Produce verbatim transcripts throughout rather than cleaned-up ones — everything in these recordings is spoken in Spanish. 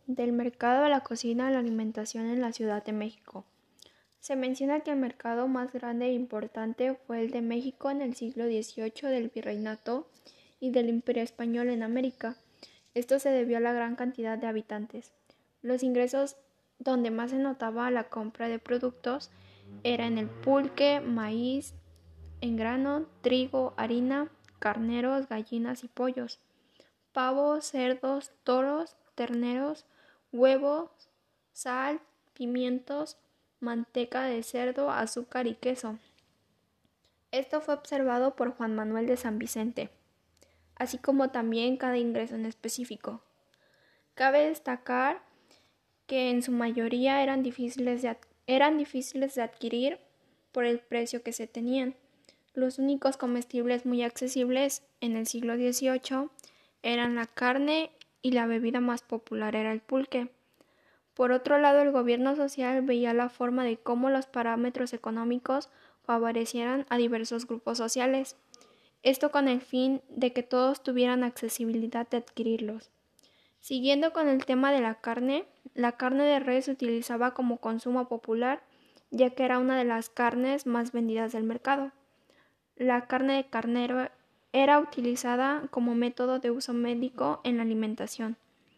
Del mercado a la cocina a la alimentación en la Ciudad de México. Se menciona que el mercado más grande e importante fue el de México en el siglo dieciocho del Virreinato y del Imperio Español en América. Esto se debió a la gran cantidad de habitantes. Los ingresos donde más se notaba la compra de productos era en el pulque, maíz en grano, trigo, harina, carneros, gallinas y pollos, pavos, cerdos, toros, terneros, huevos, sal, pimientos, manteca de cerdo, azúcar y queso. Esto fue observado por Juan Manuel de San Vicente, así como también cada ingreso en específico. Cabe destacar que en su mayoría eran difíciles de, eran difíciles de adquirir por el precio que se tenían. Los únicos comestibles muy accesibles en el siglo dieciocho eran la carne y la bebida más popular era el pulque. Por otro lado, el gobierno social veía la forma de cómo los parámetros económicos favorecieran a diversos grupos sociales, esto con el fin de que todos tuvieran accesibilidad de adquirirlos. Siguiendo con el tema de la carne, la carne de res se utilizaba como consumo popular, ya que era una de las carnes más vendidas del mercado. La carne de carnero era utilizada como método de uso médico en la alimentación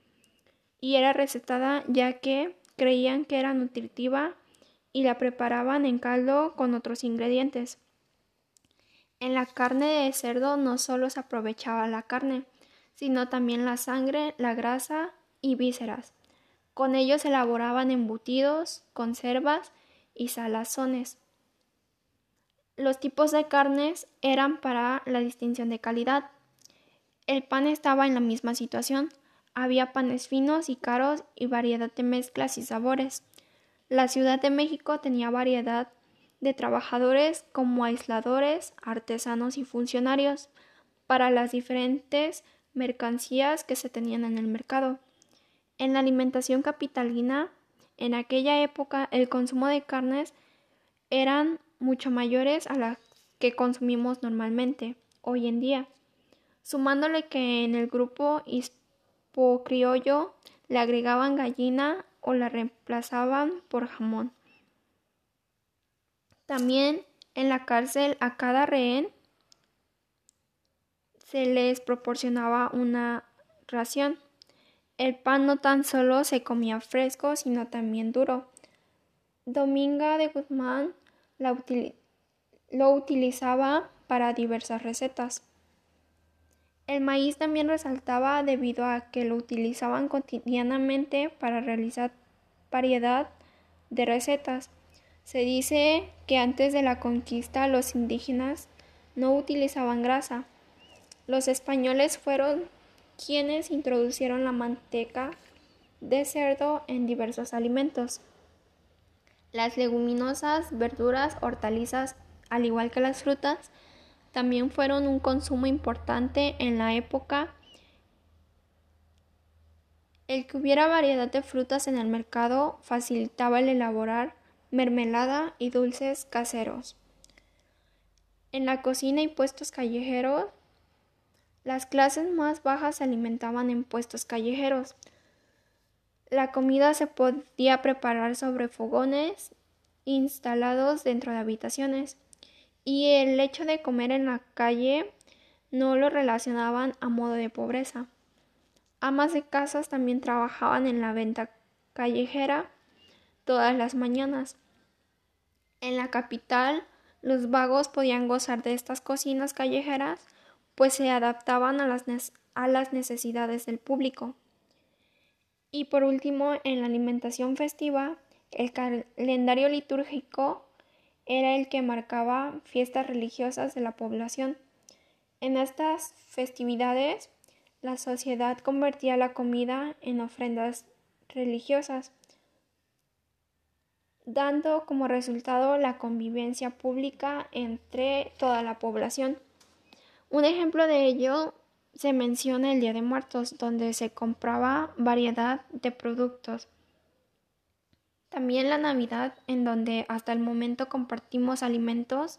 y era recetada ya que creían que era nutritiva y la preparaban en caldo con otros ingredientes. En la carne de cerdo no solo se aprovechaba la carne, sino también la sangre, la grasa y vísceras. Con ello se elaboraban embutidos, conservas y salazones. Los tipos de carnes eran para la distinción de calidad. El pan estaba en la misma situación. Había panes finos y caros y variedad de mezclas y sabores. La Ciudad de México tenía variedad de trabajadores como aisladores, artesanos y funcionarios para las diferentes mercancías que se tenían en el mercado. En la alimentación capitalina, en aquella época el consumo de carnes eran mucho mayores a las que consumimos normalmente hoy en día, sumándole que en el grupo hispo-criollo le agregaban gallina o la reemplazaban por jamón. También en la cárcel a cada rehén se les proporcionaba una ración. El pan no tan solo se comía fresco, sino también duro. Dominga de Guzmán la util- lo utilizaba para diversas recetas. El maíz también resaltaba debido a que lo utilizaban cotidianamente para realizar variedad de recetas. Se dice que antes de la conquista los indígenas no utilizaban grasa. Los españoles fueron quienes introdujeron la manteca de cerdo en diversos alimentos. Las leguminosas, verduras, hortalizas, al igual que las frutas, también fueron un consumo importante en la época. El que hubiera variedad de frutas en el mercado facilitaba el elaborar mermelada y dulces caseros. En la cocina y puestos callejeros, las clases más bajas se alimentaban en puestos callejeros. La comida se podía preparar sobre fogones instalados dentro de habitaciones, y el hecho de comer en la calle no lo relacionaban a modo de pobreza. Amas de casas también trabajaban en la venta callejera todas las mañanas. En la capital, los vagos podían gozar de estas cocinas callejeras, pues se adaptaban a las, ne- a las necesidades del público. Y por último, en la alimentación festiva, el calendario litúrgico era el que marcaba fiestas religiosas de la población. En estas festividades, la sociedad convertía la comida en ofrendas religiosas, dando como resultado la convivencia pública entre toda la población. Un ejemplo de ello se menciona el Día de Muertos, donde se compraba variedad de productos. También la Navidad, en donde hasta el momento compartimos alimentos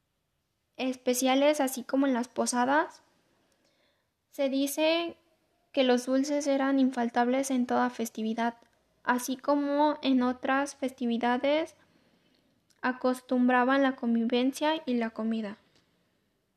especiales, así como en las posadas. Se dice que los dulces eran infaltables en toda festividad, así como en otras festividades acostumbraban la convivencia y la comida.